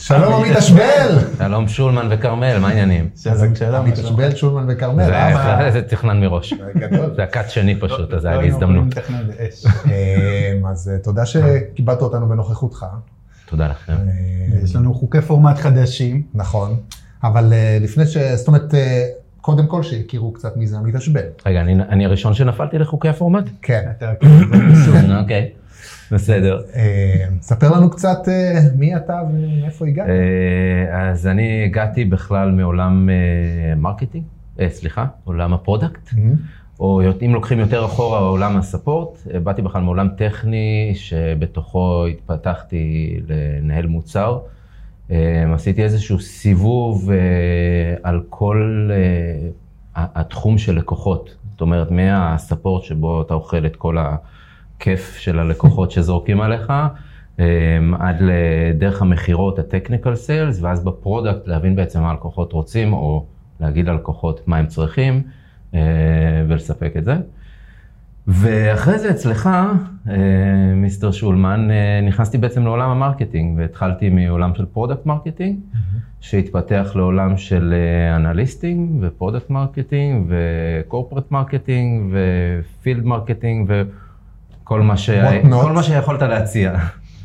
שלום עמית אשבל. שלום שולמן וקרמל, מה העניינים? שלום עמית אשבל, שולמן וקרמל. זה תכנן מראש. זה הקאט שני פשוט, אז היה לי הזדמנות. אז תודה שקיבלת אותנו בנוכחותך. תודה לכם. יש לנו חוקי פורמט חדשים. נכון, אבל לפני זאת אומרת, קודם כל שיכירו קצת מי זה עמית אשבל. רגע, אני הראשון שנפלתי לחוקי הפורמט? כן. אוקיי, בסדר. ספר לנו קצת מי אתה ומאיפה הגעת. אז אני הגעתי בכלל מעולם מרקטינג, עולם הפרודקט, או אם לוקחים יותר אחורה, עולם הספורט. באתי בכלל מעולם טכני, שבתוכו התפתחתי לנהל מוצר. עשיתי איזשהו סיבוב על כל התחום של לקוחות. זאת אומרת, מהספורט שבו אתה אוכל את כל הכיף של הלקוחות שזורקים עליך, עד לדרך המחירות, הטכניקל סיילס, ואז בפרודקט להבין בעצם מה הלקוחות רוצים, או להגיד ללקוחות מה הם צריכים, ולספק את זה. ואחרי זה אצלך, מיסטר שולמן, נכנסתי בעצם לעולם המרקטינג, והתחלתי מעולם של פרודקט מרקטינג, שהתפתח לעולם של אנליסטינג, ופרודקט מרקטינג, וקורפרט מרקטינג, ופילד מרקטינג, וכל מה שיכולת להציע.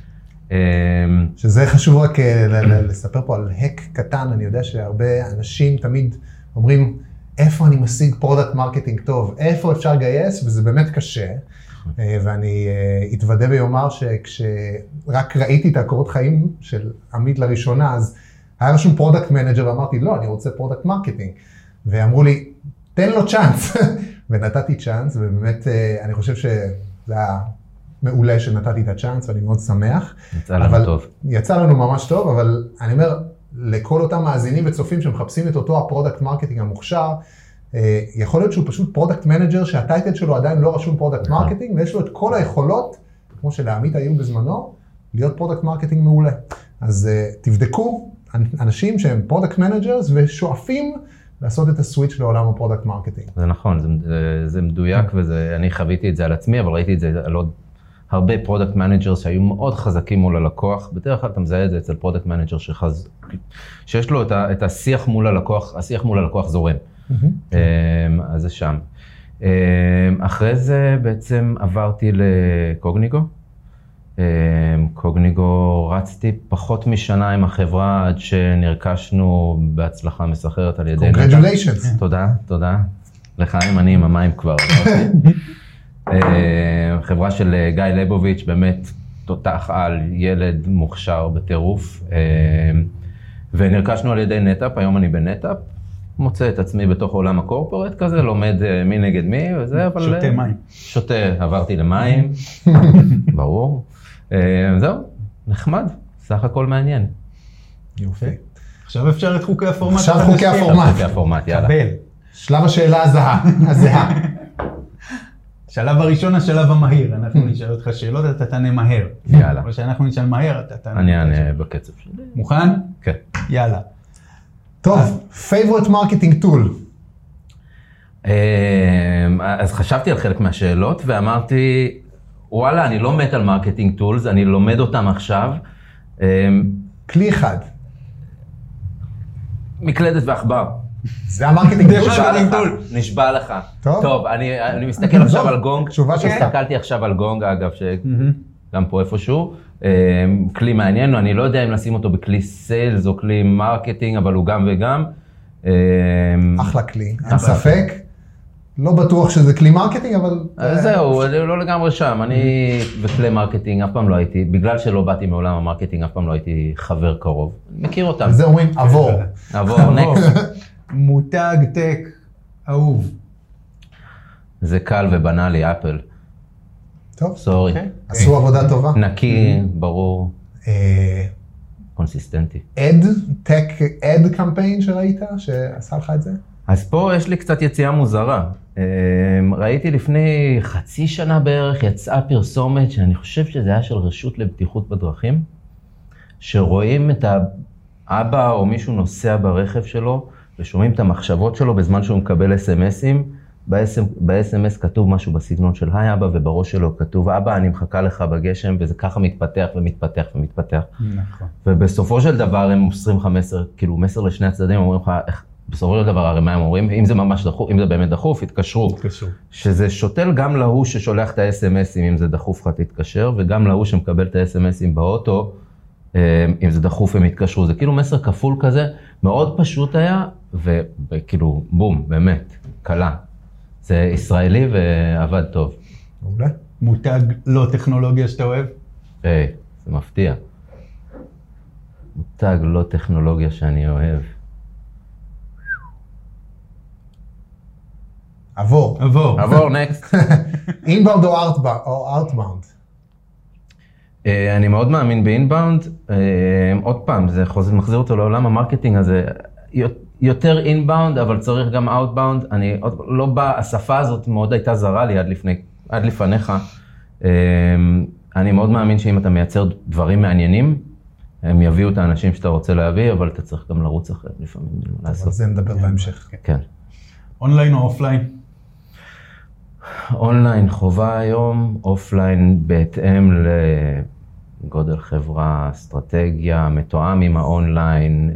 שזה חשוב רק לספר פה על הק קטן. אני יודע שהרבה אנשים תמיד אומרים, איפה אני משיג פרודקט מרקטינג טוב, איפה אפשר לגייס, וזה באמת קשה. ואני אתוודה ויאמר שכשרק ראיתי את הקורות חיים של עמית לראשונה, אז היה רשום פרודקט מנג'ר, ואמרתי, לא, אני רוצה פרודקט מרקטינג. ואמרו לי, תן לו צ'אנס. ונתתי צ'אנס, ובאמת אני חושב שזה היה מעולה שנתתי את הצ'אנס, ואני מאוד שמח. יצא לנו טוב. יצא לנו ממש טוב, אבל אני אומר, לכל אותם מאזינים וצופים שמחפשים את אותו הפרודקט מרקטינג המוכשר, יכול להיות שהוא פשוט פרודקט מנג'ר, שהטייטל שלו עדיין לא רשום פרודקט מרקטינג, ויש לו את כל היכולות, כמו שלעמית היו בזמנו, להיות פרודקט מרקטינג מעולה. אז תבדקו אנשים שהם פרודקט מנג'רס ושואפים לעשות את הסוויץ' לעולם הפרודקט מרקטינג. זה נכון, זה מדויק, ואני חוויתי את זה על עצמי, אבל ראיתי את זה על עוד הרבה פרודקט מנג'רס שהיו מאוד חזקים מול הלקוח. בדרך כלל אתה מזהה את זה אצל פרודקט מנג'ר שיש לו את השיח מול הלקוח, השיח מול הלקוח זורם. אז זה שם. אחרי זה בעצם עברתי לקוגניגו. קוגניגו רצתי פחות משנה עם החברה עד שנרכשנו בהצלחה מסחררת על ידי נטאפ. Congratulations. תודה. לחיים, אני עם המים כבר. חברה של גיא ליבוביץ', באמת תותח על, ילד מוכשר בטירוף. ונרכשנו על ידי נטאפ, היום אני בנטאפ. מוצא את עצמי בתוך עולם הקורפורט כזה, לומד מי נגד מי וזה, אבל... שותה מים. שותה, עברתי למים, ברור. זהו, נחמד, סך הכל מעניין. יופי. עכשיו אפשר את חוקי הפורמט. עכשיו חוקי הפורמט. חוקי הפורמט, יאללה. קבל. שלב השאלה הזהה. שלב הראשון, השלב המהיר. אנחנו נשאל אותך שאלות, אתה תענה מהר. יאללה. אבל כשאנחנו נשאל מהר, אתה תענה. אני אענה בקצב שלי. מוכן? כן. יאללה. טוב, favorite marketing tool. אז חשבתי על חלק מהשאלות ואמרתי, וואלה, אני לא מת על מרקטינג טולס, אני לומד אותם עכשיו. כלי אחד. מקלדת ועכבר. זה המרקטינג טול. נשבע לך. טוב, אני מסתכל עכשיו על גונג. תשובה שלך. הסתכלתי עכשיו על גונג, אגב, שגם פה איפשהו. כלי מעניין, אני לא יודע אם לשים אותו בכלי סיילס או כלי מרקטינג, אבל הוא גם וגם. אחלה כלי, אין ספק. לא בטוח שזה כלי מרקטינג, אבל... זהו, לא לגמרי שם. אני בכלי מרקטינג אף פעם לא הייתי, בגלל שלא באתי מעולם המרקטינג, אף פעם לא הייתי חבר קרוב. מכיר אותם. וזה אומרים, עבור. עבור, נקסט. מותג טק אהוב. זה קל ובנאלי, אפל. טוב. סורי. עשו עבודה טובה. נקי, ברור. קונסיסטנטי. אד קמפיין שראית, שעשה לך את זה? אז פה יש לי קצת יציאה מוזרה. ראיתי לפני חצי שנה בערך, יצאה פרסומת שאני חושב שזה היה של רשות לבטיחות בדרכים, שרואים את האבא או מישהו נוסע ברכב שלו, ושומעים את המחשבות שלו בזמן שהוא מקבל SMS'ים, ב-SMS כתוב משהו בסגנון של היי אבא, ובראש שלו כתוב, אבא, אני מחכה לך בגשם, וזה ככה מתפתח ומתפתח ומתפתח. נכון. ובסופו של דבר הם מוסרים לך מסר, כאילו מסר לשני הצדדים, אומרים לך, בסופו של דבר הרי מה הם אומרים, אם זה ממש דחוף, אם זה באמת דחוף, התקשרו. שזה שותל גם להוא ששולח את ה-SMSים, אם זה דחוף לך תתקשר, וגם להוא שמקבל את ה-SMSים באוטו, אם זה דחוף הם יתקשרו. זה כאילו מסר כפול כזה, מאוד פשוט היה, וכאילו בום, באמת, קלה. זה ישראלי ועבד טוב. מעולה. מותג לא טכנולוגיה שאתה אוהב? זה מפתיע. מותג לא טכנולוגיה שאני אוהב. עבור, נקסט. אינבאונד או אאוטבאונד? אני מאוד מאמין באינבאונד. עוד פעם, זה מחזיר אותו לעולם המרקטינג הזה. יותר אינבאונד, אבל צריך גם אאוטבאונד. אני לא בא, השפה הזאת מאוד הייתה זרה לי עד לפניך. אני מאוד מאמין שאם אתה מייצר דברים מעניינים, הם יביאו את האנשים שאתה רוצה להביא, אבל אתה צריך גם לרוץ אחרי לפעמים. על זה נדבר בהמשך. כן. אונליין או אופליין? אונליין חובה היום, אופליין בהתאם לגודל חברה, אסטרטגיה, מתואם עם האונליין.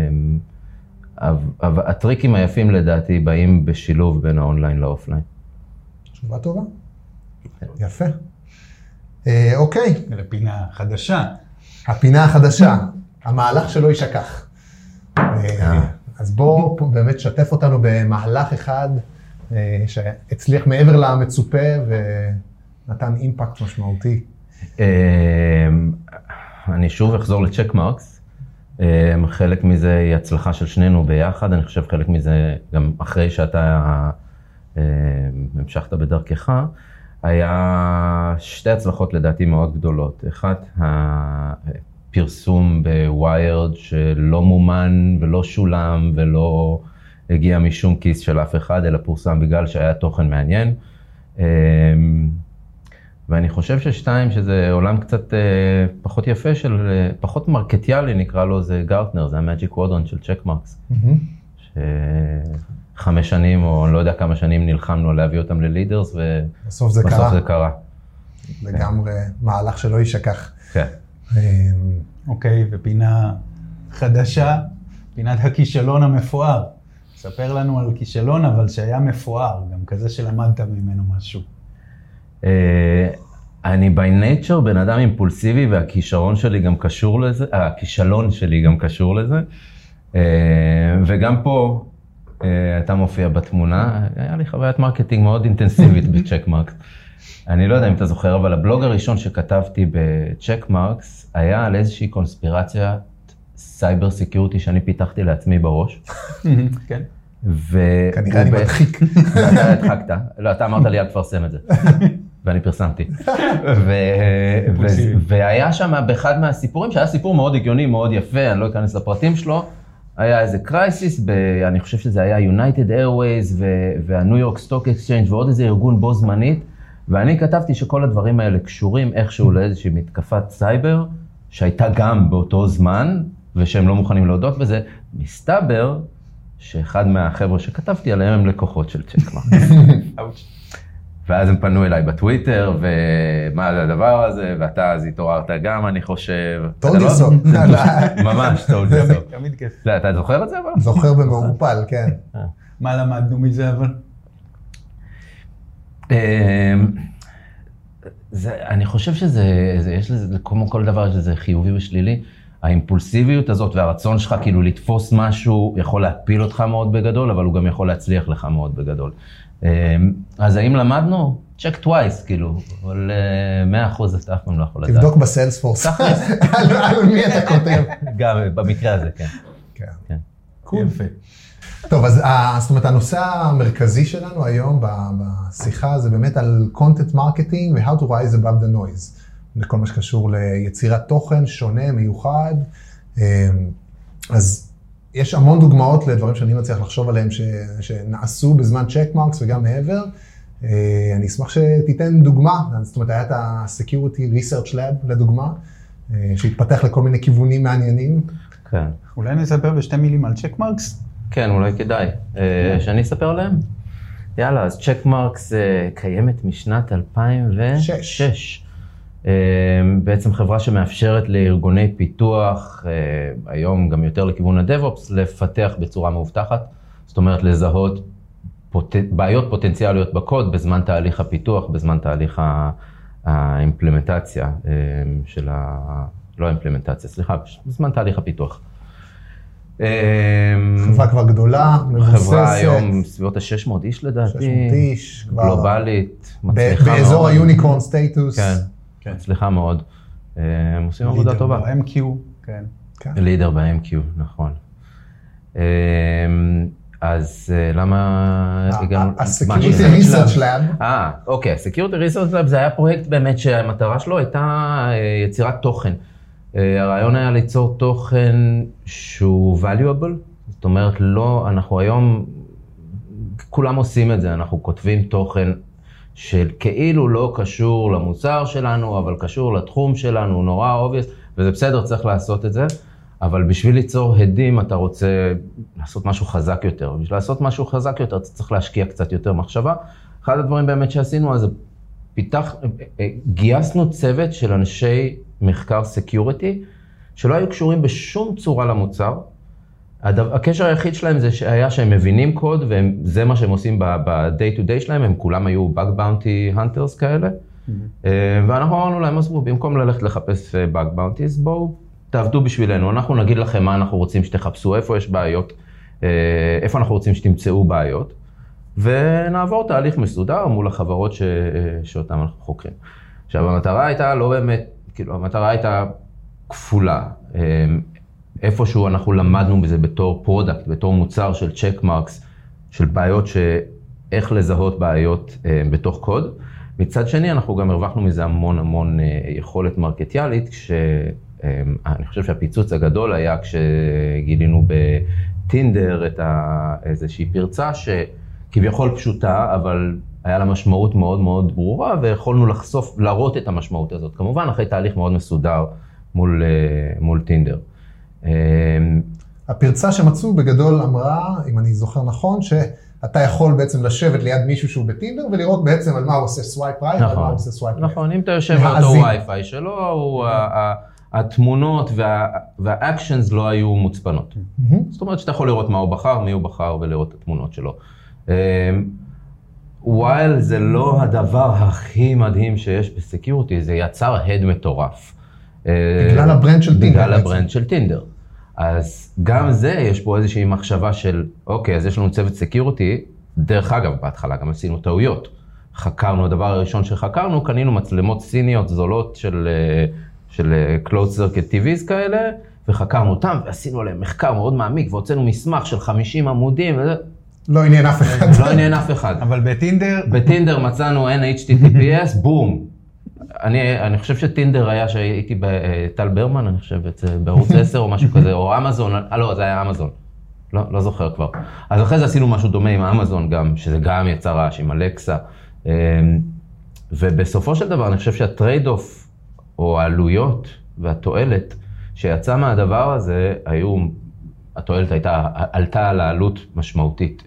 הטריקים היפים לדעתי באים בשילוב בין האונליין לאופליין. תשובה טובה. יפה. אוקיי. לפינה חדשה. הפינה החדשה, המהלך שלא יישכח. אז בוא באמת שתף אותנו במהלך אחד שהצליח מעבר למצופה ונתן אימפקט משמעותי. אני שוב אחזור לצ'קמרקס. חלק מזה היא הצלחה של שנינו ביחד, אני חושב חלק מזה גם אחרי שאתה המשכת בדרכך, היה שתי הצלחות לדעתי מאוד גדולות. אחת, הפרסום בוויירד שלא מומן ולא שולם ולא הגיע משום כיס של אף אחד, אלא פורסם בגלל שהיה תוכן מעניין. ואני חושב ששתיים, שזה עולם קצת פחות יפה, פחות מרקטיאלי נקרא לו, זה גרטנר, זה המאג'יק וורדון של צ'קמרקס. 5 שנים או לא יודע כמה שנים נלחמנו להביא אותם ללידרס, ובסוף זה קרה. לגמרי מהלך שלא יישכח. כן. אוקיי, ופינה חדשה, פינת הכישלון המפואר. ספר לנו על כישלון, אבל שהיה מפואר, גם כזה שלמדת ממנו משהו. אני by nature בן אדם אימפולסיבי, והכישלון שלי גם קשור לזה, וגם פה אתה מופיע בתמונה, היה לי חוויית מרקטינג מאוד אינטנסיבית בצ'קמרקס. אני לא יודע אם אתה זוכר, אבל הבלוג הראשון שכתבתי בצ'קמרקס היה על איזושהי קונספירציה סייבר סקיוריטי שאני פיתחתי לעצמי בראש. כן. כנראה אני מדחיק. אתה הדחקת, לא, אתה אמרת לי, אל תפרסם את זה. ואני פרסמתי. והיה שם באחד מהסיפורים, שהיה סיפור מאוד הגיוני, מאוד יפה, אני לא אכנס לפרטים שלו, היה איזה קרייסיס, אני חושב שזה היה United Airways והניו יורק סטוק אקסצ'יינג' ועוד איזה ארגון בו זמנית, ואני כתבתי שכל הדברים האלה קשורים איכשהו לאיזושהי מתקפת סייבר, שהייתה גם באותו זמן, ושהם לא מוכנים להודות בזה. מסתבר שאחד מהחבר'ה שכתבתי עליהם הם לקוחות של צ'קמרקס. ואז הם פנו אליי בטוויטר, ומה זה הדבר הזה, ואתה אז התעוררת גם, אני חושב. טולדיסו. ממש טולדיסו. תמיד כיף. אתה זוכר את זה אבל? זוכר במעורפל, כן. מה למדנו מזה אבל? אני חושב יש לזה, כמו כל דבר שזה חיובי ושלילי, האימפולסיביות הזאת והרצון שלך כאילו לתפוס משהו יכול להפיל אותך מאוד בגדול, אבל הוא גם יכול להצליח לך מאוד בגדול. אז האם למדנו? check twice, כאילו, אבל 100% אתה אף פעם לא יכול לדעת. תבדוק בסיילספורס, על מי אתה כותב. גם במקרה הזה, כן. כן. יפה. טוב, אז זאת אומרת, הנושא המרכזי שלנו היום בשיחה זה באמת על content marketing ו-how to rise above the noise. לכל מה שקשור ליצירת תוכן שונה, מיוחד. אז יש המון דוגמאות לדברים שאני מצליח לחשוב עליהם שנעשו בזמן צ'קמרקס וגם מעבר. אני אשמח שתיתן דוגמה, זאת אומרת, היה את ה-Security Research Lab לדוגמה, שהתפתח לכל מיני כיוונים מעניינים. כן. אולי נספר בשתי מילים על צ'קמרקס? כן, אולי כדאי. שאני אספר עליהם? יאללה, אז צ'קמרקס קיימת משנת 2006. בעצם חברה שמאפשרת לארגוני פיתוח, היום גם יותר לכיוון הדב-אופס, לפתח בצורה מאובטחת. זאת אומרת, לזהות בעיות פוטנציאליות בקוד בזמן תהליך הפיתוח, בזמן תהליך האימפלמנטציה של לא אימפלמנטציה, סליחה, בזמן תהליך הפיתוח. חברה כבר גדולה, מבוססת. חברה היום סביבות ה-600 איש לדעתי. 600 איש. גלובלית, מצליחה מאוד. באזור היוניקורן סטייטוס. כן, מצליחה מאוד. הם עושים עבודה טובה. לידר ב-MQ, כן. לידר ב-MQ, נכון. אז למה הגענו? ה-Security Research Lab. אוקיי, ה-Security Research Lab זה היה פרויקט באמת שהמטרה שלו הייתה יצירת תוכן. הרעיון היה ליצור תוכן שהוא valuable, זאת אומרת לא, אנחנו היום, כולם עושים את זה, אנחנו כותבים תוכן של כאילו לא קשור למוצר שלנו, אבל קשור לתחום שלנו, נורא obvious, וזה בסדר, צריך לעשות את זה. אבל בשביל ליצור הדים אתה רוצה לעשות משהו חזק יותר. בשביל לעשות משהו חזק יותר, אתה צריך להשקיע קצת יותר מחשבה. אחד הדברים באמת שעשינו, אז גייסנו צוות של אנשי מחקר סקיוריטי, שלא היו קשורים בשום צורה למוצר. הקשר היחיד שלהם זה היה שהם מבינים קוד, וזה מה שהם עושים ב-day to day שלהם, הם כולם היו bug bounty hunters כאלה. ואנחנו אמרנו להם, אז במקום ללכת לחפש bug bounties, בואו, תעבדו בשבילנו, אנחנו נגיד לכם מה אנחנו רוצים שתחפשו, איפה יש בעיות, איפה אנחנו רוצים שתמצאו בעיות, ונעבור תהליך מסודר מול החברות שאותן אנחנו חוקרים. עכשיו, המטרה הייתה לא באמת, כאילו, המטרה הייתה כפולה. איפשהו אנחנו למדנו בזה בתור פרודקט, בתור מוצר של צ'קמרקס, של בעיות איך לזהות בעיות בתוך קוד. מצד שני, אנחנו גם הרווחנו מזה המון יכולת מרקטיאלית, אני חושב שהפיצוץ הגדול היה כשגילינו בטינדר את איזושהי פרצה שכביכול פשוטה, אבל היה לה משמעות מאוד מאוד ברורה, ויכולנו להראות את המשמעות הזאת. כמובן, אחרי תהליך מאוד מסודר מול טינדר. הפרצה שמצאו בגדול אמרה, אם אני זוכר נכון, שאתה יכול בעצם לשבת ליד מישהו שהוא בטינדר, ולראות בעצם על מה הוא עושה סווייפ רייט, על מה הוא עושה סווייפ רייט. נכון, אם אתה יושב באותו וי-פיי שלו, הוא התמונות והאקשנס לא היו מוצפנות. זאת אומרת שאתה יכול לראות מה הוא בחר, מי הוא בחר, ולראות את התמונות שלו. ווייל זה לא הדבר הכי מדהים שיש בסקיוריטי, זה יצר הד מטורף. בגלל הברנד של טינדר. בגלל הברנד של טינדר. אז גם זה, יש פה איזושהי מחשבה של, אוקיי, אז יש לנו צוות סקיוריטי, דרך אגב, בהתחלה גם עשינו טעויות. חקרנו, הדבר הראשון שחקרנו, קנינו מצלמות סיניות זולות של closed circuit TVs כאלה, וחקרנו אותם, ועשינו עליהם מחקר מאוד מעמיק, והוצאנו מסמך של 50 עמודים, וזה... לא עניין אף אחד. לא עניין אף אחד. אבל בטינדר... בטינדר מצאנו NHTTPS, בום. אני חושב שטינדר היה שהייתי בטל ברמן, אני חושב, בערוץ 10 או משהו כזה, או אמזון, לא, זה היה אמזון. לא זוכר כבר. אז אחרי זה עשינו משהו דומה עם אמזון גם, שזה גם יצא רעש עם אלקסה. ובסופו של דבר, אני חושב שהטרייד אוף, או העלויות והתועלת שיצא מהדבר הזה, התועלת עלתה על העלות משמעותית.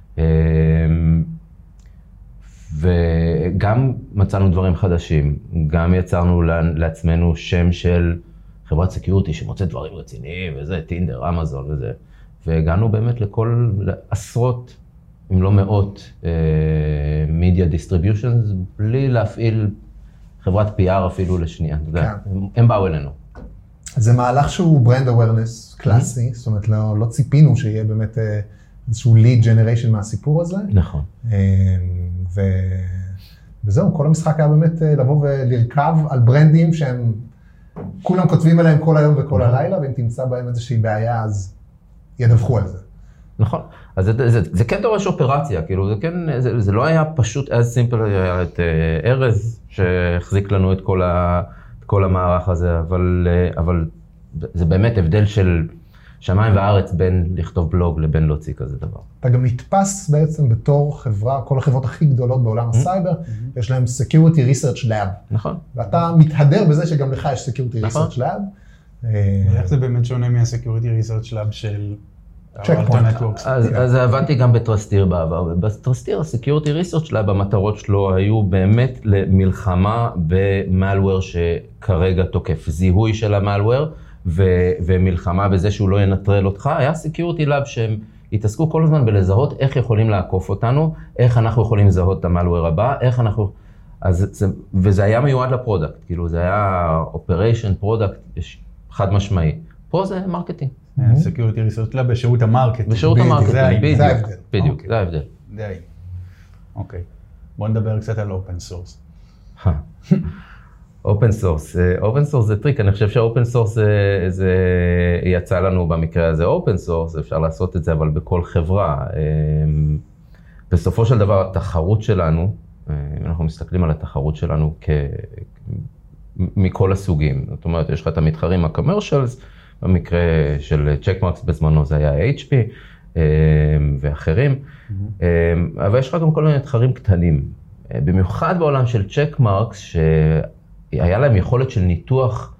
וגם מצאנו דברים חדשים, גם יצרנו לעצמנו שם של חברת סקיוריטי שמוצא דברים רציניים, וזה טינדר, אמזון וזה. והגענו באמת לכל עשרות, אם לא מאות, media distributions, בלי להפעיל חברת PR אפילו לשנייה. הם באו אלינו. זה מהלך שהוא brand awareness קלאסי, זאת אומרת, לא ציפינו שיהיה באמת איזשהו lead generation מהסיפור הזה. נכון. וזהו, כל המשחק היה באמת לבוא ולרכב על ברנדים שהם, כולם כותבים עליהם כל היום וכל הלילה, ואם תמצא בהם איזושהי בעיה, אז ידווחו על זה. נכון. אז זה כן דורש אופרציה, כאילו, זה לא היה פשוט as simple, היה את ארז שהחזיק לנו את כל המערך הזה, אבל זה באמת הבדל של שמיים וארץ בין לכתוב בלוג לבין להוציא כזה דבר. אתה גם נתפס בעצם בתור חברה, כל החברות הכי גדולות בעולם הסייבר, יש להם Security Research Lab. נכון. ואתה מתהדר בזה שגם לך יש Security Research Lab. איך זה באמת שונה מה-Security Research Lab של אז עבדתי גם בטרסטיר בעבר, ובטרסטיר הסקיוריטי ריסרצ' שלה במטרות שלו היו באמת למלחמה במלוור שכרגע תוקף, זיהוי של המלוור ומלחמה בזה שהוא לא ינטרל אותך, היה סקיוריטי לאב שהם התעסקו כל הזמן בלזהות איך יכולים לעקוף אותנו, איך אנחנו יכולים לזהות את המלוור הבא, איך אנחנו, וזה היה מיועד לפרודקט, כאילו זה היה אופריישן, פרודקט, חד משמעי, פה זה מרקטינג. סקיוריטי ריסרצ' לאב בשירות המרקטינג. בשירות המרקטינג, בדיוק, זה ההבדל. די. אוקיי. בוא נדבר קצת על אופן סורס. אופן סורס זה טריק, אני חושב שהאופן סורס זה יצא לנו במקרה הזה אופן סורס, אפשר לעשות את זה אבל בכל חברה. בסופו של דבר התחרות שלנו, אם אנחנו מסתכלים על התחרות שלנו מכל הסוגים, זאת אומרת יש לך את המתחרים הקומרשלס, במקרה של צ'קמרקס בזמנו זה היה HP ואחרים, אבל יש לך גם כל מיני מתחרים קטנים, במיוחד בעולם של צ'קמרקס שהיה להם יכולת של ניתוח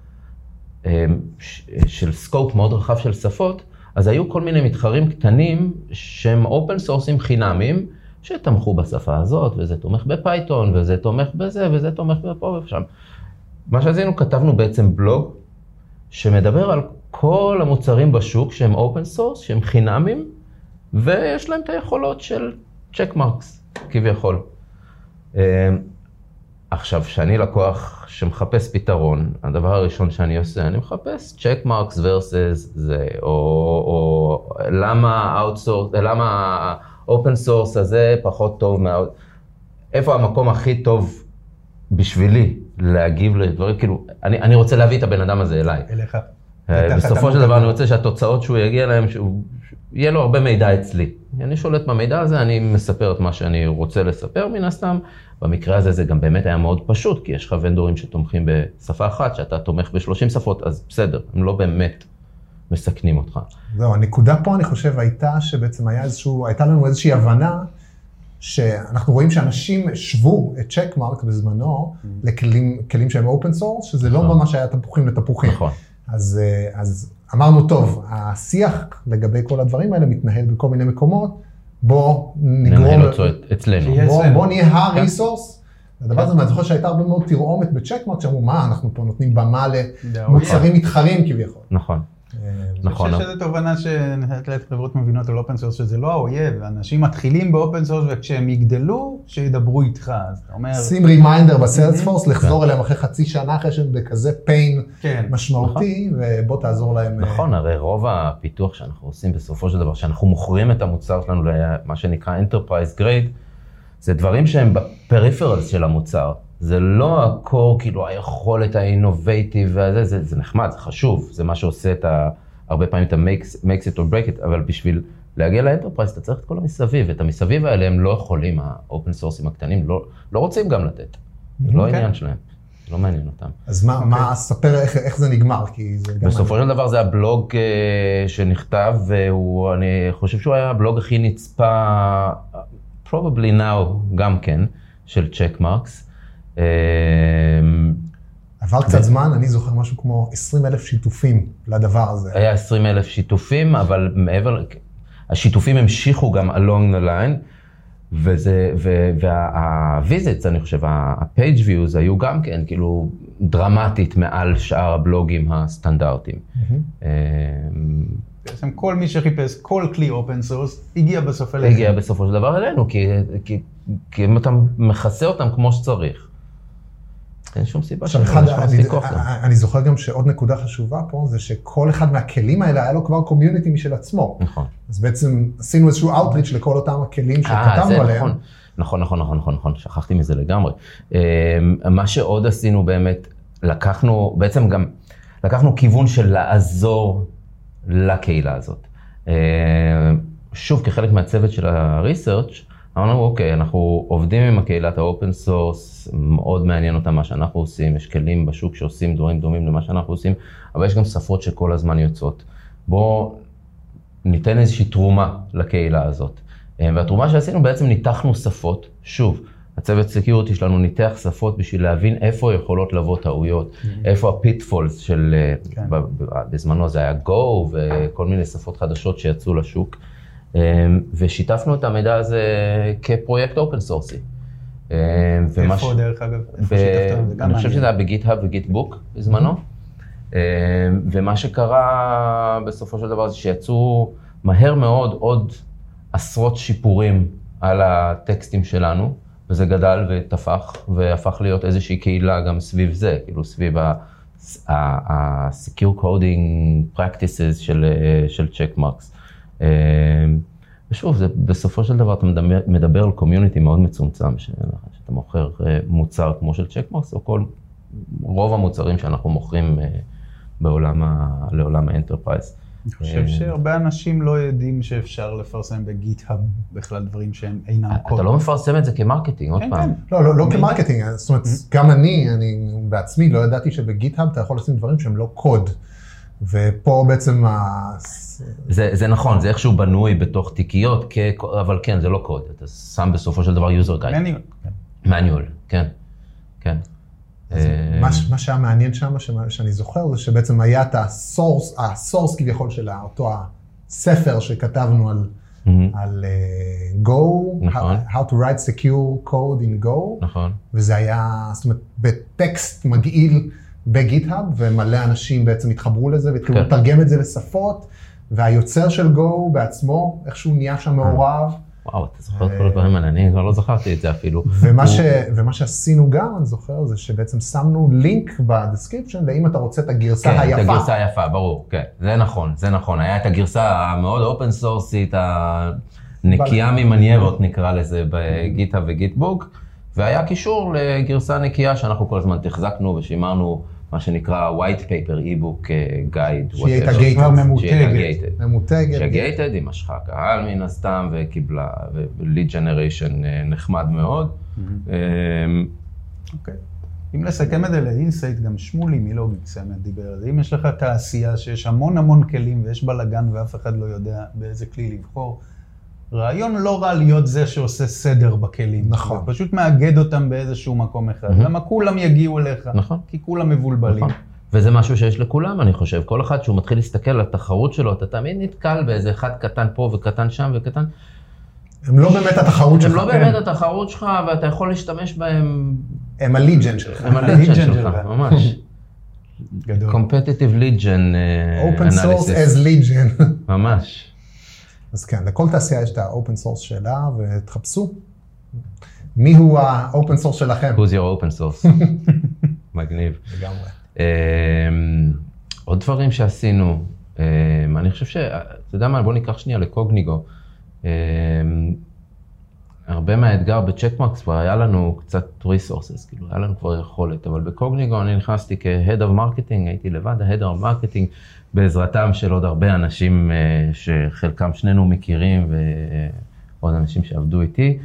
של סקופ מאוד רחב של שפות, אז היו כל מיני מתחרים קטנים שהם אופן סורסים חינמים, שתמכו בשפה הזאת, וזה תומך בפייתון, וזה תומך בזה, וזה תומך בפה ושם. מה שעשינו, כתבנו בעצם בלוג, שמדבר על כל המוצרים בשוק שהם אופן סורס, שהם חינמים, ויש להם את היכולות של צ'קמרקס, כביכול. עכשיו, שאני לקוח שמחפש פתרון, הדבר הראשון שאני עושה, אני מחפש צ'קמרקס versus זה, או למה אופן סורס הזה פחות טוב איפה המקום הכי טוב בשבילי להגיב לדברים, כאילו, אני רוצה להביא את הבן אדם הזה אליי. אליך. בסופו של דבר אני רוצה שהתוצאות שהוא יגיע להם, יהיה לו הרבה מידע אצלי. אני שולט במידע הזה, אני מספר את מה שאני רוצה לספר מן הסתם. במקרה הזה זה גם באמת היה מאוד פשוט, כי יש לך ונדורים שתומכים בשפה אחת, שאתה תומך ב30 שפות, אז בסדר, הם לא באמת מסכנים אותך. זהו, הנקודה פה אני חושב הייתה שבעצם הייתה לנו איזושהי הבנה, שאנחנו רואים שאנשים השוו את צ'קמרק בזמנו לכלים שהם אופן סורס, שזה לא ממש היה תפוחים לתפוחים. נכון. אז אמרנו, טוב, השיח לגבי כל הדברים האלה מתנהל בכל מיני מקומות, בוא נגרום... ננהל אותו אצלנו. בוא נהיה הריסורס. הדבר הזה, אני זוכר שהייתה הרבה מאוד תרעומת בצ'קמרק, שאמרו, מה, אנחנו פה נותנים במה למוצרים מתחרים כביכול. נכון. נכון. אני חושב שזו תובנה שנתת חברות מבינות על אופן סורס, שזה לא האויב, אנשים מתחילים באופן סורס, וכשהם יגדלו, שידברו איתך. אז אתה אומר... שים רימיינדר בסיילספורס, לחזור אליהם אחרי חצי שנה, אחרי שהם בכזה פיין משמעותי, ובוא תעזור להם... נכון, הרי רוב הפיתוח שאנחנו עושים בסופו של דבר, שאנחנו מוכרים את המוצר שלנו למה שנקרא Enterprise Grade, זה דברים שהם בפריפרלס של המוצר. זה לא הקור, כאילו היכולת האינובייטיב והזה, זה נחמד, זה חשוב, זה מה שעושה את הרבה פעמים את ה-makes it or break it, אבל בשביל להגיע לאנטרפרייז, אתה צריך את כל המסביב, ואת המסביב האלה הם לא יכולים, האופן סורסים הקטנים, לא רוצים גם לתת. זה לא העניין שלהם, זה לא מעניין אותם. אז מה, ספר איך זה נגמר, כי זה גם... בסופו של דבר זה הבלוג שנכתב, ואני חושב שהוא היה הבלוג הכי נצפה, probably now גם כן, של צ'קמרקס. עבר קצת זמן, אני זוכר משהו כמו 20,000 שיתופים לדבר הזה. היה 20,000 שיתופים, אבל מעבר, השיתופים המשיכו גם along the line, וה-visits, אני חושב, ה-page views היו גם כן, כאילו, דרמטית מעל שאר הבלוגים הסטנדרטיים. בעצם כל מי שחיפש כל כלי אופן סורס, הגיע בסוף אלינו. הגיע בסופו של דבר אלינו, כי אם אתה מכסה אותם כמו שצריך. אין שום סיבה אני זוכר גם שעוד נקודה חשובה פה, זה שכל אחד מהכלים האלה היה לו כבר קומיוניטי משל עצמו. נכון. אז בעצם עשינו איזשהו outreach לכל אותם הכלים שכתבנו עליהם. נכון, שכחתי מזה לגמרי. מה שעוד עשינו באמת, לקחנו כיוון של לעזור לקהילה הזאת. שוב, כחלק מהצוות של ה-research, אמרנו, אוקיי, אנחנו עובדים עם הקהילת האופן סורס, מאוד מעניין אותם מה שאנחנו עושים, יש כלים בשוק שעושים דברים דומים למה שאנחנו עושים, אבל יש גם שפות שכל הזמן יוצאות. בואו ניתן איזושהי תרומה לקהילה הזאת. והתרומה שעשינו, בעצם ניתחנו שפות, שוב, הצוות סקיוריטי שלנו ניתח שפות בשביל להבין איפה יכולות לבוא טעויות, איפה הפיטפולס של, בזמנו זה היה Go וכל מיני שפות חדשות שיצאו לשוק, ושיתפנו את המידע הזה כפרויקט אופן סורסי. איפה דרך אגב? אני חושב שזה היה בגיט-האב וגיט-בוק בזמנו, ומה שקרה בסופו של דבר זה שיצאו מהר מאוד עוד עשרות שיפורים על הטקסטים שלנו, וזה גדל ותפח, והפך להיות איזושהי קהילה גם סביב זה, כאילו סביב ה-secure coding practices של checkmarks. ושוב, בסופו של דבר אתה מדבר על קומיוניטי מאוד מצומצם, שאתה מוכר מוצר כמו של checkmarks, או רוב המוצרים שאנחנו מוכרים לעולם האנטרפרייז. אני חושב שהרבה אנשים לא יודעים שאפשר לפרסם בגיט-האב בכלל דברים שהם אינם קוד. אתה לא מפרסם את זה כמרקטינג, עוד פעם. לא כמרקטינג, זאת אומרת, גם אני בעצמי לא ידעתי שבגיט-האב אתה יכול לשים דברים שהם לא קוד. ופה בעצם זה נכון, זה איכשהו בנוי בתוך תיקיות, אבל כן, זה לא קוד. אתה שם בסופו של דבר user guide. manual, כן, כן. מה שהיה מעניין שם, שאני זוכר, זה שבעצם היה את הסורס כביכול של אותו הספר שכתבנו על Go, how to write secure code in Go, וזה היה, זאת אומרת, בטקסט מגעיל בגיט-האב, ומלא אנשים בעצם התחברו לזה, והתחילו לתרגם את זה לשפות, והיוצר של Go בעצמו, איכשהו נהיה שם מעורב, וואו, אתה זוכר את כל הדברים האלה, אני כבר לא זכרתי את זה אפילו. ומה שעשינו גם, אני זוכר, זה שבעצם שמנו לינק בדסקריפשן, לאם אתה רוצה את הגרסה היפה. כן, את הגרסה היפה, ברור, כן, זה נכון, זה נכון. היה את הגרסה המאוד אופן סורסית, הנקייה ממניירות נקרא לזה, בגיט-האב וגיט-בוק, והיה קישור לגרסה נקייה שאנחנו כל הזמן תחזקנו ושימרנו, מה שנקרא white paper, e-book, guide, שהיא הייתה גייטד, ממותגת. שגייטד, היא משכה קהל מן הסתם, וקיבלה, ו-lead generation נחמד מאוד. אוקיי. אם לסכם את זה לאינסייט, גם שמולי מלוגיקס דיבר על זה. אם יש לך תעשייה שיש המון כלים ויש בלגן ואף אחד לא יודע באיזה כלי לבחור, רעיון לא רע להיות זה שעושה סדר בכלים. נכון. פשוט מאגד אותם באיזשהו מקום אחד. למה כולם יגיעו אליך? נכון. כי כולם מבולבלים. נכון. וזה משהו שיש לכולם, אני חושב. כל אחד שהוא מתחיל להסתכל על התחרות שלו, אתה תמיד נתקל באיזה אחד קטן פה וקטן שם וקטן. הם לא באמת התחרות שלך. הם לא באמת התחרות שלך, ואתה יכול להשתמש בהם. הם הליג'ן שלך. הם הליג'ן שלך, ממש. גדול. Competitive Legion Open Source as Legion. ממש. אז כן, לכל תעשייה יש את ה-open source שלה, ותחפשו. מי הוא ה-open source שלכם? Who's your open source? מגניב. לגמרי. עוד דברים שעשינו, אני חושב אתה יודע מה, בוא ניקח שנייה לקוגניגו. הרבה מהאתגר בצ'קמרקס כבר היה לנו קצת resources, כאילו היה לנו כבר יכולת, אבל בקוגניגו אני נכנסתי כ-Head of Marketing, הייתי לבד ה-Head of Marketing, בעזרתם של עוד הרבה אנשים שחלקם שנינו מכירים ועוד אנשים שעבדו איתי.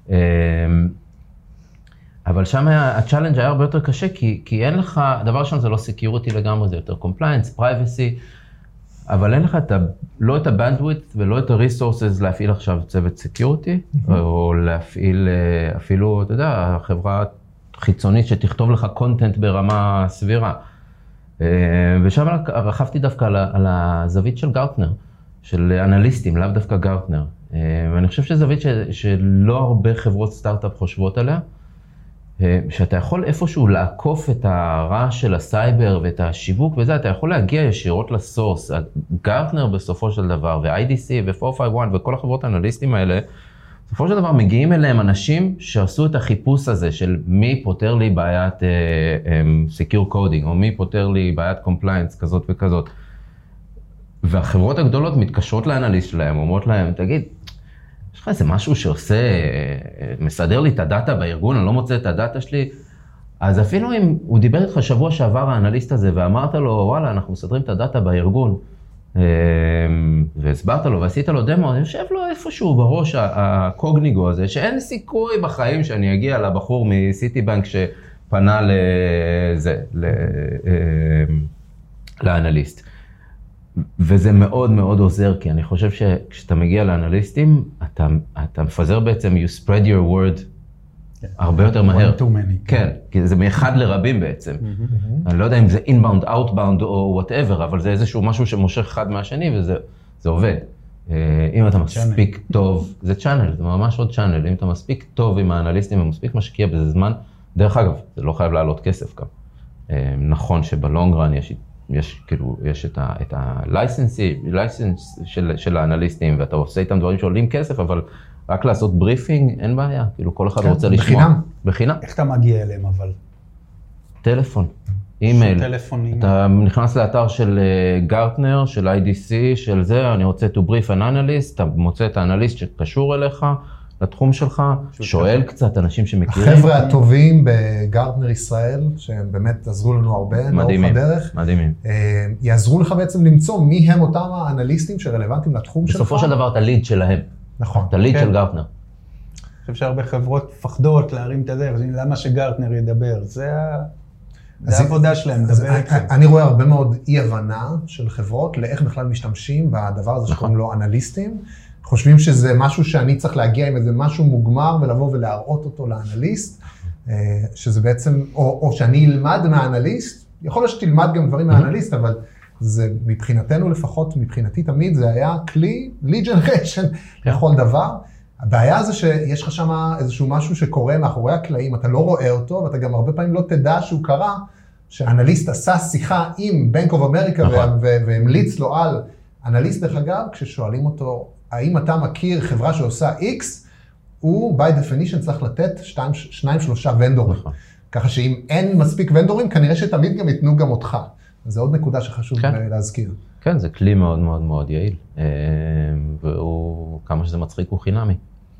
אבל שם הצ'אלנג' היה הרבה יותר קשה, כי אין לך, דבר ראשון זה לא סקיוריטי לגמרי, זה יותר compliance, privacy, אבל אין לך לא את הבנדוויט ולא את הריסורסס להפעיל עכשיו צוות סקיוריטי, או להפעיל אפילו, אתה יודע, חברה חיצונית שתכתוב לך קונטנט ברמה סבירה. ושם רכבתי דווקא על הזווית של גרטנר, של אנליסטים, לאו דווקא גרטנר. ואני חושב שזו זווית שלא הרבה חברות סטארט-אפ חושבות עליה, שאתה יכול איפשהו לעקוף את הרעש של הסייבר ואת השיווק וזה, אתה יכול להגיע ישירות לסורס. גרטנר בסופו של דבר, ו-IDC ו-451 וכל החברות האנליסטים האלה, בסופו של דבר מגיעים אליהם אנשים שעשו את החיפוש הזה של מי פותר לי בעיית secure coding, או מי פותר לי בעיית compliance כזאת וכזאת. והחברות הגדולות מתקשרות לאנליסט שלהם, אומרות להם, תגיד, יש לך איזה משהו שעושה, מסדר לי את הדאטה בארגון, אני לא מוצא את הדאטה שלי, אז אפילו אם הוא דיבר איתך שבוע שעבר האנליסט הזה, ואמרת לו, וואלה, אנחנו מסדרים את הדאטה בארגון, והסברת לו ועשית לו דמו, יושב לו איפשהו בראש הקוגניגו הזה, שאין סיכוי בחיים שאני אגיע לבחור מסיטי-בנק שפנה לאנליסט. וזה מאוד מאוד עוזר, כי אני חושב שכשאתה מגיע לאנליסטים, אתה מפזר בעצם, you spread your word הרבה יותר מהר. One too many. כן, כי זה מאחד לרבים בעצם. אני לא יודע אם זה inbound, outbound או whatever, אבל זה איזשהו משהו שמושך אחד מהשני וזה עובד. אם אתה מספיק טוב, זה צ'אנל, זה ממש עוד צ'אנל. אם אתה מספיק טוב עם האנליסטים ומספיק משקיע בזה זמן, דרך אגב, זה לא חייב לעלות כסף גם. נכון שבלונגרן יש את ה-license של האנליסטים, ואתה עושה איתם דברים שעולים כסף, אבל רק לעשות בריפינג, אין בעיה. כאילו כל אחד רוצה לשמוע. בחינם. בחינם. איך אתה מגיע אליהם אבל? טלפון, אימייל. טלפונים. אתה נכנס לאתר של גרטנר, של IDC, של זה, אני רוצה to brief an analyst, אתה מוצא את האנליסט שקשור אליך, לתחום שלך, שואל קצת אנשים שמכירים. החבר'ה הטובים בגרטנר ישראל, שהם באמת עזרו לנו הרבה, לאורך הדרך. מדהימים. יעזרו לך בעצם למצוא מי הם אותם האנליסטים שרלוונטיים לתחום שלך. בסופו של דבר את הליד שלהם. נכון. את הליד של גרטנר. אני חושב שהרבה חברות מפחדות להרים את הדרך, למה שגרטנר ידבר? זה העבודה שלהם, לדבר איתכם. אני רואה הרבה מאוד אי-הבנה של חברות לאיך בכלל משתמשים בדבר הזה שקוראים לו אנליסטים. חושבים שזה משהו שאני צריך להגיע עם איזה משהו מוגמר ולבוא ולהראות אותו לאנליסט, שזה בעצם, או שאני אלמד מהאנליסט, יכול להיות שתלמד גם דברים מהאנליסט, אבל זה מבחינתנו לפחות, מבחינתי תמיד, זה היה כלי lead generation לכל דבר. הבעיה זה שיש לך שם איזשהו משהו שקורה מאחורי הקלעים, אתה לא רואה אותו, ואתה גם הרבה פעמים לא תדע שהוא קרה, שהאנליסט עשה שיחה עם Bank of America והמליץ לו על אנליסט. דרך אגב, כששואלים אותו, האם אתה מכיר חברה שעושה X, הוא by definition צריך לתת 2-3 ונדורים. ככה שאם אין מספיק ונדורים, כנראה שתמיד גם ייתנו גם אותך. זו עוד נקודה שחשוב להזכיר. כן, זה כלי מאוד מאוד מאוד יעיל, והוא, כמה שזה מצחיק, הוא חינמי.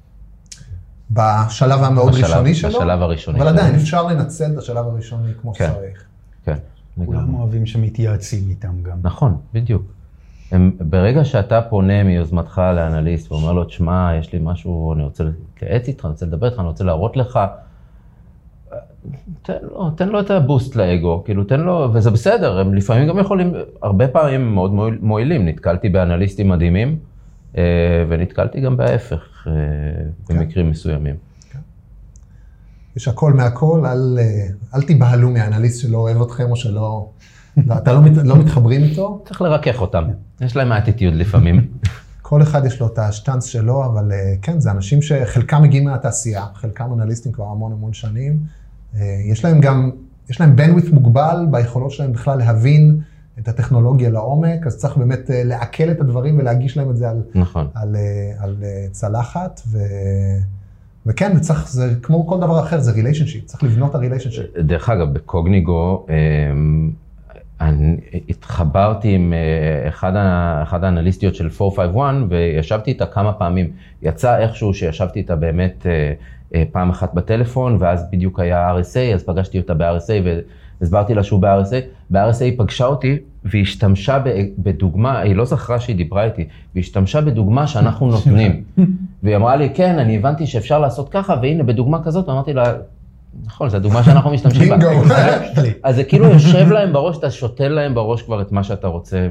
בשלב המאוד ראשוני שלו, בשלב הראשוני. אבל עדיין אפשר לנצל את השלב הראשוני כמו שצריך. כן. כולם אוהבים שמתייעצים איתם גם. נכון, בדיוק. ברגע שאתה פונה מיוזמתך לאנליסט ואומר לו, תשמע, יש לי משהו, אני רוצה להתייעץ איתך, אני רוצה לדבר איתך, אני רוצה להראות לך, תן לו את הבוסט לאגו, כאילו תן לו, וזה בסדר, הם לפעמים גם יכולים, הרבה פעמים מאוד מועילים, נתקלתי באנליסטים מדהימים, ונתקלתי גם בהפך, במקרים מסוימים. יש הכל מהכל, אל תיבהלו מהאנליסט שלא אוהב אתכם או שלא, אתה לא מתחברים איתו. צריך לרכך אותם, יש להם אטיטיוד לפעמים. כל אחד יש לו את השטנץ שלו, אבל כן, זה אנשים שחלקם מגיעים מהתעשייה, חלקם אנליסטים כבר המון שנים. יש להם bandwidth מוגבל ביכולות שלהם בכלל להבין את הטכנולוגיה לעומק, אז צריך באמת לעכל את הדברים ולהגיש להם את זה על צלחת, וכן, זה כמו כל דבר אחר, זה relationship, צריך לבנות את ה-relationship. דרך אגב, בקוגניגו, אני התחברתי עם אחד האנליסטיות של 451, וישבתי איתה כמה פעמים. יצא איכשהו שישבתי איתה באמת פעם אחת בטלפון, ואז בדיוק היה RSA, אז פגשתי אותה ב-RSA, והסברתי לה שהוא ב-RSA. ב-RSA היא פגשה אותי, והיא השתמשה בדוגמה, היא לא זכרה שהיא דיברה איתי, והיא השתמשה בדוגמה שאנחנו נותנים. והיא אמרה לי, כן, אני הבנתי שאפשר לעשות ככה, והנה בדוגמה כזאת, ואמרתי לה, נכון, זו הדוגמה שאנחנו משתמשים בה. אז זה כאילו יושב להם בראש, אתה שותה להם בראש כבר את מה שאתה רוצה,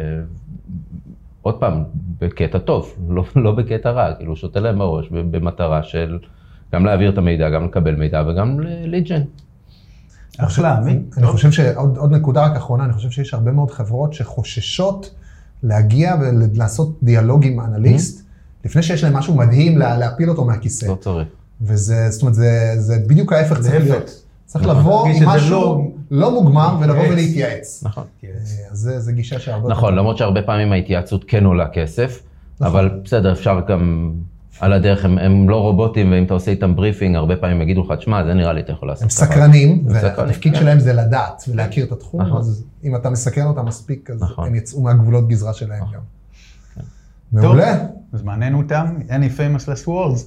ועוד פעם, בקטע טוב, לא בקטע רע, כאילו שותה להם בראש, במטרה של גם להעביר את המידע, גם לקבל מידע וגם ליג'ן. אחלה, אני חושב שעוד נקודה רק אחרונה, אני חושב שיש הרבה מאוד חברות שחוששות להגיע ולעשות דיאלוג עם אנליסט, לפני שיש להם משהו מדהים להפיל אותו מהכיסא. לא צריך. וזה, זאת אומרת, זה בדיוק ההפך צריך להיות. צריך לבוא עם משהו לא מוגמר ולבוא ולהתייעץ. נכון. אז זה גישה שהרבה... נכון, למרות שהרבה פעמים ההתייעצות כן עולה כסף, אבל בסדר, אפשר גם על הדרך, הם לא רובוטים, ואם אתה עושה איתם בריפינג, הרבה פעמים יגידו לך, תשמע, זה נראה לי אתה יכול לעשות. הם סקרנים, והתפקיד שלהם זה לדעת ולהכיר את התחום, אז אם אתה מסקרן אותם מספיק, אז הם יצאו מהגבולות גזרה שלהם גם. מעולה. אז מעניין אותם, any famous last words.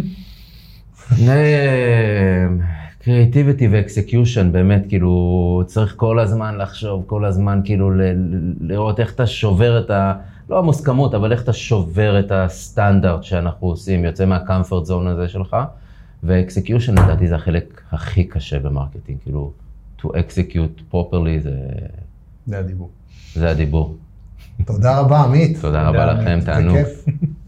קריאטיביטי ואקסקיושן, באמת, כאילו, צריך כל הזמן לחשוב, כל הזמן, כאילו, לראות איך אתה שובר את לא המוסכמות, אבל איך אתה שובר את הסטנדרט שאנחנו עושים, יוצא מהקומפורט זון הזה שלך, ואקסקיושן, לדעתי, זה החלק הכי קשה במרקטינג, כאילו, to execute properly, זה הדיבור. זה הדיבור. תודה רבה, עמית. תודה רבה לכם, תענוג.